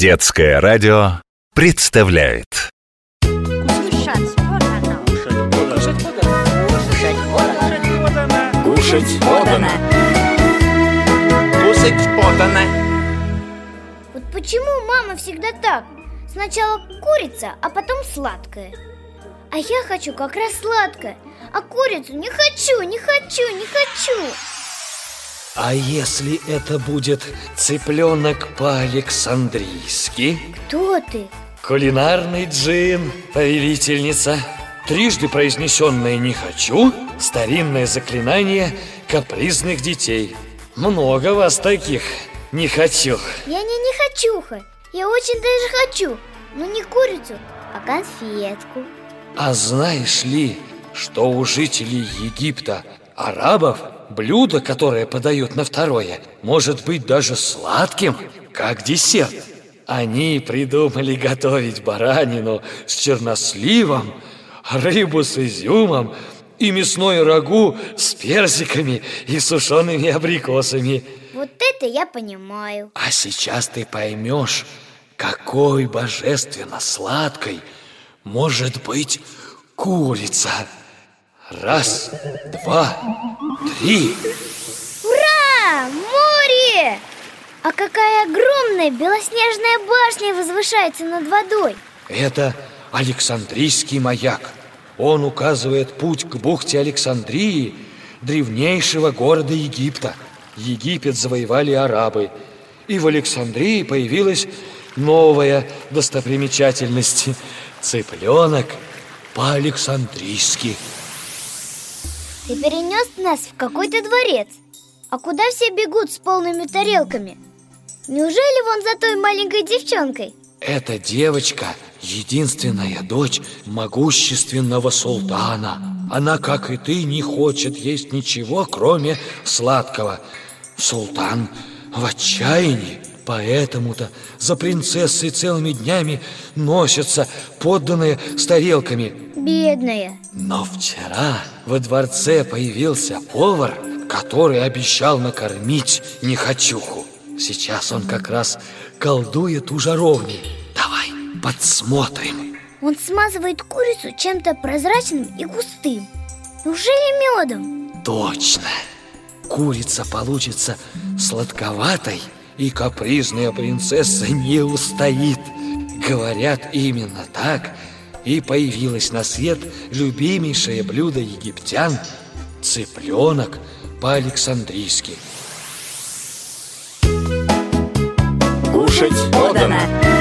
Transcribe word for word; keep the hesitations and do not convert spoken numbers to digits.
Детское радио представляет. Кушать подано. Кушать подано. Кушать подано. Вот почему мама всегда так? Сначала курица, а потом сладкое. А я хочу как раз сладкое, а курицу не хочу, не хочу, не хочу. А если это будет цыпленок по-александрийски? Кто ты? Кулинарный джин, повелительница. Трижды произнесенное «не хочу» — старинное заклинание капризных детей. Много вас таких «не хочу». Я не не хочуха. Я очень даже хочу. Но не курицу, а конфетку. А знаешь ли, что у жителей Египта, арабов, блюдо, которое подают на второе, может быть даже сладким, как десерт? Они придумали готовить баранину с черносливом, рыбу с изюмом и мясное рагу с персиками и сушеными абрикосами. Вот это я понимаю. А сейчас ты поймешь, какой божественно сладкой может быть курица. Раз, два, три. Ура! Море! А какая огромная белоснежная башня возвышается над водой. Это Александрийский маяк. Он указывает путь к бухте Александрии, древнейшего города Египта. Египет завоевали арабы, и в Александрии появилась новая достопримечательность – цыпленок по-александрийски. Ты перенес нас в какой-то дворец. А куда все бегут с полными тарелками? Неужели вон за той маленькой девчонкой? Эта девочка – единственная дочь могущественного султана. Она, как и ты, не хочет есть ничего, кроме сладкого. Султан в отчаянии, поэтому-то за принцессой целыми днями носятся подданные с тарелками. Бедная. Но вчера во дворце появился повар, который обещал накормить нехочуху. Сейчас он как раз колдует у жаровни. Давай подсмотрим. Он смазывает курицу чем-то прозрачным и густым. Неужели медом? Точно. Курица получится сладковатой, и капризная принцесса не устоит. Говорят, именно так и появилось на свет любимейшее блюдо египтян – цыпленок по-александрийски. Кушать подано.